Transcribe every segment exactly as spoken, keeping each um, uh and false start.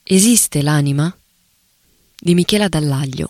Esiste l'anima? Di Michela Dallaglio.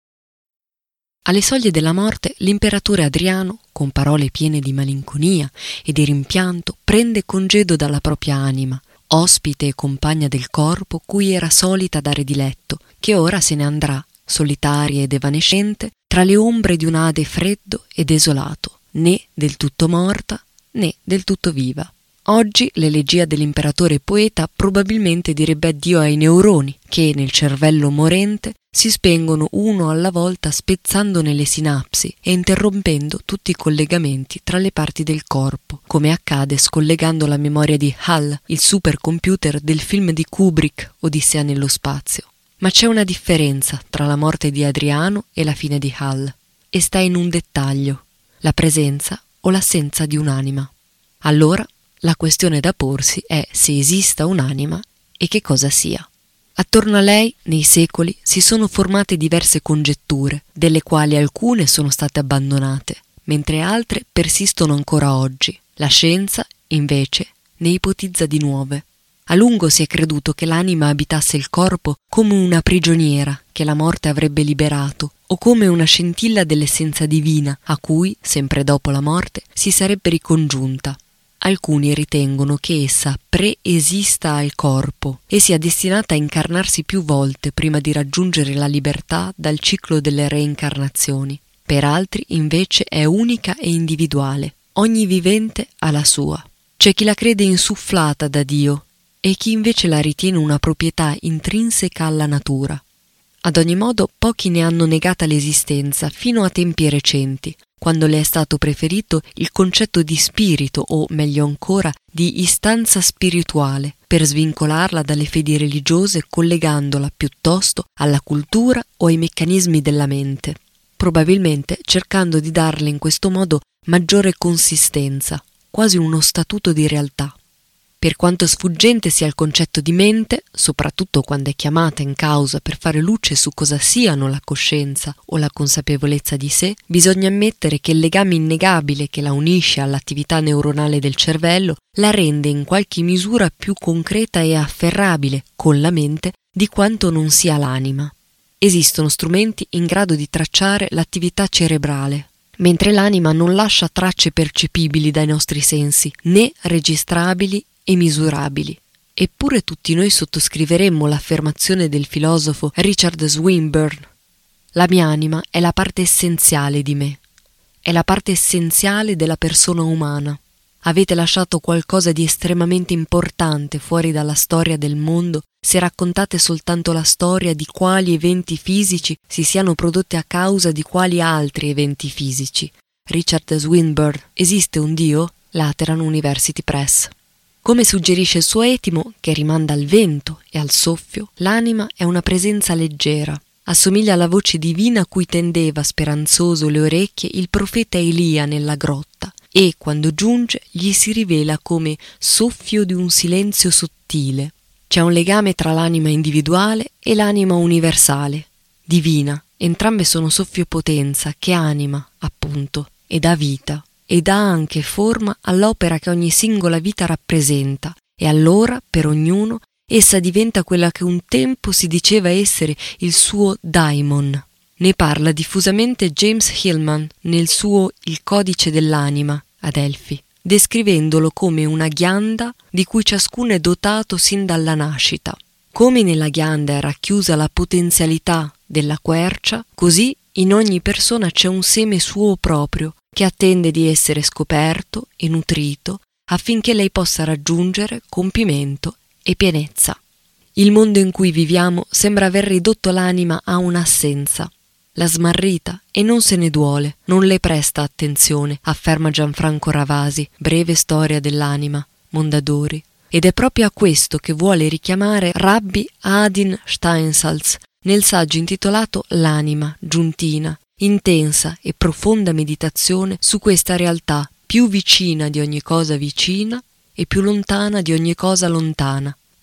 Alle soglie della morte, l'imperatore Adriano, con parole piene di malinconia e di rimpianto, prende congedo dalla propria anima, ospite e compagna del corpo cui era solita dare diletto, che ora se ne andrà, solitaria ed evanescente, tra le ombre di un Ade freddo e desolato, né del tutto morta, né del tutto viva. Oggi l'elegia dell'imperatore poeta probabilmente direbbe addio ai neuroni che, nel cervello morente, si spengono uno alla volta spezzandone le sinapsi e interrompendo tutti i collegamenti tra le parti del corpo, come accade scollegando la memoria di Hal, il supercomputer del film di Kubrick, Odissea nello spazio. Ma c'è una differenza tra la morte di Adriano e la fine di Hal, e sta in un dettaglio: la presenza o l'assenza di un'anima. Allora, la questione da porsi è se esista un'anima e che cosa sia. Attorno a lei, nei secoli, si sono formate diverse congetture, delle quali alcune sono state abbandonate, mentre altre persistono ancora oggi. La scienza, invece, ne ipotizza di nuove. A lungo si è creduto che l'anima abitasse il corpo come una prigioniera che la morte avrebbe liberato, o come una scintilla dell'essenza divina a cui, sempre dopo la morte, si sarebbe ricongiunta. Alcuni ritengono che essa preesista al corpo e sia destinata a incarnarsi più volte prima di raggiungere la libertà dal ciclo delle reincarnazioni. Per altri, invece, è unica e individuale. Ogni vivente ha la sua. C'è chi la crede insufflata da Dio e chi invece la ritiene una proprietà intrinseca alla natura. Ad ogni modo, pochi ne hanno negata l'esistenza fino a tempi recenti, quando le è stato preferito il concetto di spirito o, meglio ancora, di istanza spirituale, per svincolarla dalle fedi religiose collegandola piuttosto alla cultura o ai meccanismi della mente, probabilmente cercando di darle in questo modo maggiore consistenza, quasi uno statuto di realtà. Per quanto sfuggente sia il concetto di mente, soprattutto quando è chiamata in causa per fare luce su cosa siano la coscienza o la consapevolezza di sé, bisogna ammettere che il legame innegabile che la unisce all'attività neuronale del cervello la rende in qualche misura più concreta e afferrabile con la mente di quanto non sia l'anima. Esistono strumenti in grado di tracciare l'attività cerebrale, mentre l'anima non lascia tracce percepibili dai nostri sensi, né registrabili e misurabili. Eppure tutti noi sottoscriveremmo l'affermazione del filosofo Richard Swinburne: la mia anima è la parte essenziale di me, è la parte essenziale della persona umana. Avete lasciato qualcosa di estremamente importante fuori dalla storia del mondo se raccontate soltanto la storia di quali eventi fisici si siano prodotti a causa di quali altri eventi fisici. Richard Swinburne. Esiste un Dio? Lateran University Press. Come suggerisce il suo etimo, che rimanda al vento e al soffio, l'anima è una presenza leggera. Assomiglia alla voce divina a cui tendeva speranzoso le orecchie il profeta Elia nella grotta e, quando giunge, gli si rivela come soffio di un silenzio sottile. C'è un legame tra l'anima individuale e l'anima universale, divina. Entrambe sono soffio potenza che anima, appunto, e dà vita. E dà anche forma all'opera che ogni singola vita rappresenta, e allora, per ognuno, essa diventa quella che un tempo si diceva essere il suo daimon. Ne parla diffusamente James Hillman nel suo Il codice dell'anima, a Delphi, descrivendolo come una ghianda di cui ciascuno è dotato sin dalla nascita. Come nella ghianda è racchiusa la potenzialità della quercia, così in ogni persona c'è un seme suo proprio, che attende di essere scoperto e nutrito affinché lei possa raggiungere compimento e pienezza. Il mondo in cui viviamo sembra aver ridotto l'anima a un'assenza. La smarrita e non se ne duole, non le presta attenzione, afferma Gianfranco Ravasi, Breve storia dell'anima, Mondadori. Ed è proprio a questo che vuole richiamare Rabbi Adin Steinsaltz nel saggio intitolato L'anima giuntina, intensa e profonda meditazione su questa realtà più vicina di ogni cosa vicina e più lontana di ogni cosa lontana,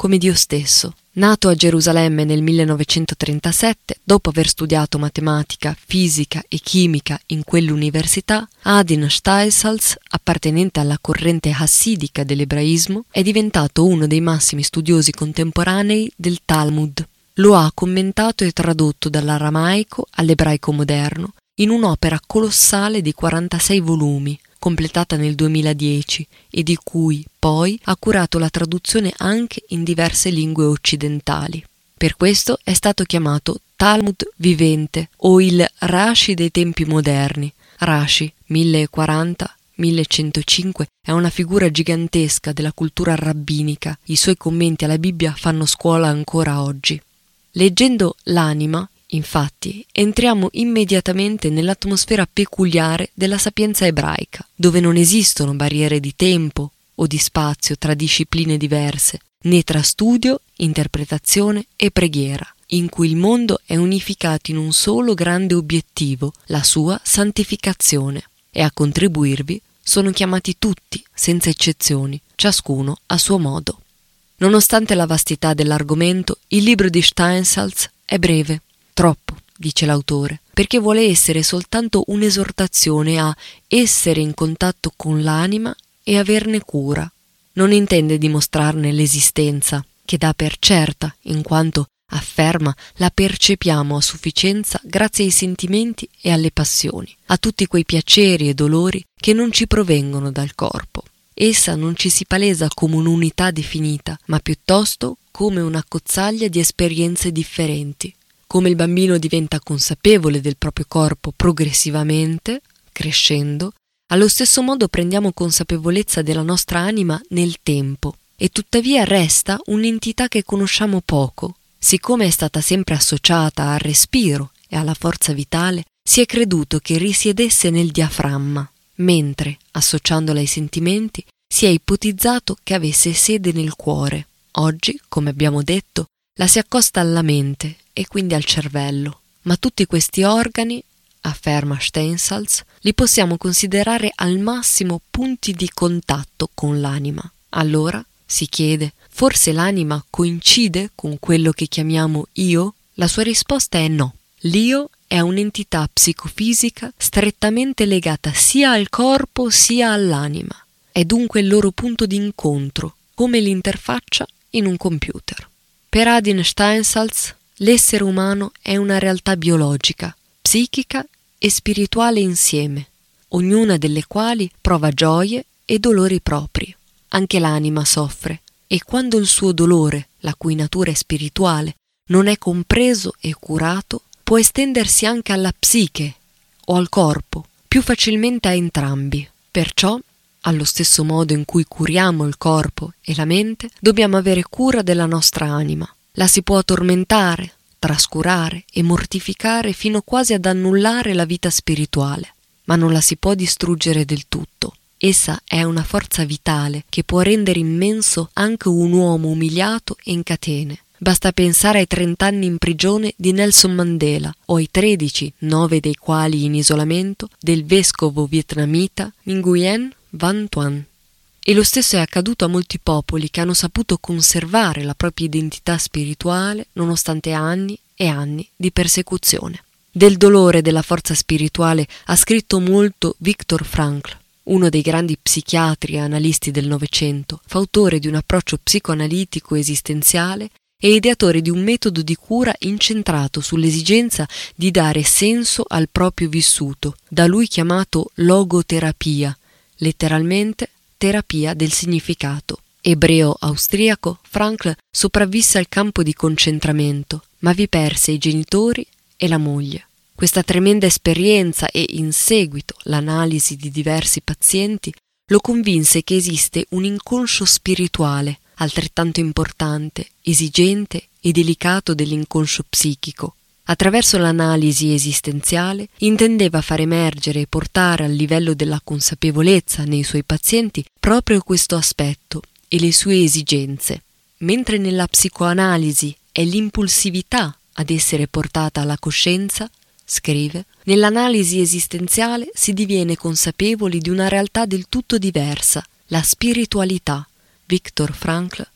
come Dio stesso. Nato a Gerusalemme nel millenovecentotrentasette, dopo aver studiato matematica, fisica e chimica in quell'università, Adin Steilsalz, appartenente alla corrente hassidica dell'ebraismo, è diventato uno dei massimi studiosi contemporanei del Talmud. Lo ha commentato e tradotto dall'aramaico all'ebraico moderno in un'opera colossale di quarantasei volumi, completata nel duemiladieci, e di cui poi ha curato la traduzione anche in diverse lingue occidentali. Per questo è stato chiamato Talmud vivente o il Rashi dei tempi moderni. Rashi, millequaranta millecentocinque, è una figura gigantesca della cultura rabbinica. I suoi commenti alla Bibbia fanno scuola ancora oggi. Leggendo l'anima, infatti, entriamo immediatamente nell'atmosfera peculiare della sapienza ebraica, dove non esistono barriere di tempo o di spazio tra discipline diverse, né tra studio, interpretazione e preghiera, in cui il mondo è unificato in un solo grande obiettivo, la sua santificazione. E a contribuirvi sono chiamati tutti, senza eccezioni, ciascuno a suo modo. Nonostante la vastità dell'argomento, il libro di Steilsalz è breve. Troppo, dice l'autore, perché vuole essere soltanto un'esortazione a essere in contatto con l'anima e averne cura. Non intende dimostrarne l'esistenza, che dà per certa, in quanto, afferma, la percepiamo a sufficienza grazie ai sentimenti e alle passioni, a tutti quei piaceri e dolori che non ci provengono dal corpo. Essa non ci si palesa come un'unità definita, ma piuttosto come una cozzaglia di esperienze differenti. Come il bambino diventa consapevole del proprio corpo progressivamente, crescendo, allo stesso modo prendiamo consapevolezza della nostra anima nel tempo, e tuttavia resta un'entità che conosciamo poco. Siccome è stata sempre associata al respiro e alla forza vitale, si è creduto che risiedesse nel diaframma, mentre, associandola ai sentimenti, si è ipotizzato che avesse sede nel cuore. Oggi, come abbiamo detto, la si accosta alla mente e quindi al cervello. Ma tutti questi organi, afferma Steilsalz, li possiamo considerare al massimo punti di contatto con l'anima. Allora, si chiede, forse l'anima coincide con quello che chiamiamo io? La sua risposta è no. L'io è un'entità psicofisica strettamente legata sia al corpo sia all'anima. È dunque il loro punto di incontro, come l'interfaccia in un computer. Per Adin Steilsalz, l'essere umano è una realtà biologica, psichica e spirituale insieme, ognuna delle quali prova gioie e dolori propri. Anche l'anima soffre, e quando il suo dolore, la cui natura è spirituale, non è compreso e curato, può estendersi anche alla psiche o al corpo, più facilmente a entrambi. Perciò, allo stesso modo in cui curiamo il corpo e la mente, dobbiamo avere cura della nostra anima. La si può tormentare, trascurare e mortificare fino quasi ad annullare la vita spirituale, ma non la si può distruggere del tutto. Essa è una forza vitale che può rendere immenso anche un uomo umiliato e in catene. Basta pensare ai trent'anni in prigione di Nelson Mandela o ai tredici, nove dei quali in isolamento, del vescovo vietnamita Nguyen Van Thuan. E lo stesso è accaduto a molti popoli che hanno saputo conservare la propria identità spirituale nonostante anni e anni di persecuzione. Del dolore e della forza spirituale ha scritto molto Viktor Frankl, uno dei grandi psichiatri e analisti del Novecento, fautore di un approccio psicoanalitico esistenziale e ideatore di un metodo di cura incentrato sull'esigenza di dare senso al proprio vissuto, da lui chiamato logoterapia, letteralmente terapia del significato. Ebreo austriaco, Frankl sopravvisse al campo di concentramento, ma vi perse i genitori e la moglie. Questa tremenda esperienza e, in seguito, l'analisi di diversi pazienti lo convinse che esiste un inconscio spirituale altrettanto importante, esigente e delicato dell'inconscio psichico. Attraverso l'analisi esistenziale intendeva far emergere e portare al livello della consapevolezza nei suoi pazienti proprio questo aspetto e le sue esigenze, mentre nella psicoanalisi è l'impulsività ad essere portata alla coscienza, scrive, nell'analisi esistenziale si diviene consapevoli di una realtà del tutto diversa, la spiritualità. Viktor Frankl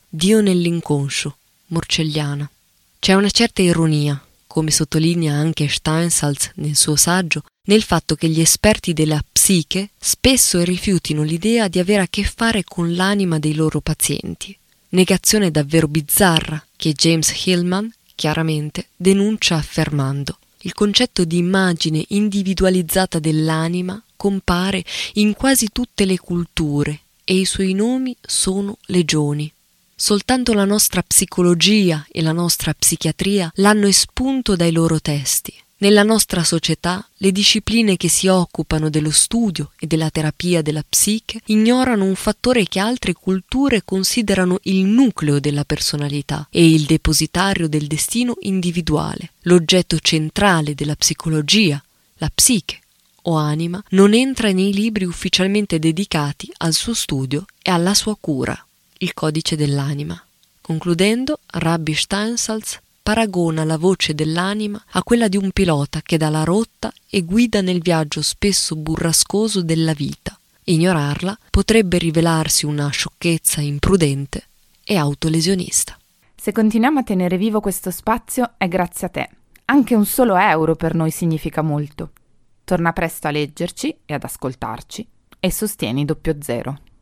Dio nell'inconscio, Morcelliana. C'è una certa ironia, come sottolinea anche Steinsaltz nel suo saggio, nel fatto che gli esperti della psiche spesso rifiutino l'idea di avere a che fare con l'anima dei loro pazienti. Negazione davvero bizzarra che James Hillman chiaramente denuncia affermando: il concetto di immagine individualizzata dell'anima compare in quasi tutte le culture e i suoi nomi sono legioni. Soltanto la nostra psicologia e la nostra psichiatria l'hanno espunto dai loro testi. Nella nostra società le discipline che si occupano dello studio e della terapia della psiche ignorano un fattore che altre culture considerano il nucleo della personalità e il depositario del destino individuale. L'oggetto centrale della psicologia, la psiche o anima, non entra nei libri ufficialmente dedicati al suo studio e alla sua cura. Il codice dell'anima. Concludendo, Rabbi Steinsaltz paragona la voce dell'anima a quella di un pilota che dà la rotta e guida nel viaggio spesso burrascoso della vita. Ignorarla potrebbe rivelarsi una sciocchezza imprudente e autolesionista. Se continuiamo a tenere vivo questo spazio è grazie a te. Anche un solo euro per noi significa molto. Torna presto a leggerci e ad ascoltarci e sostieni Doppio Zero.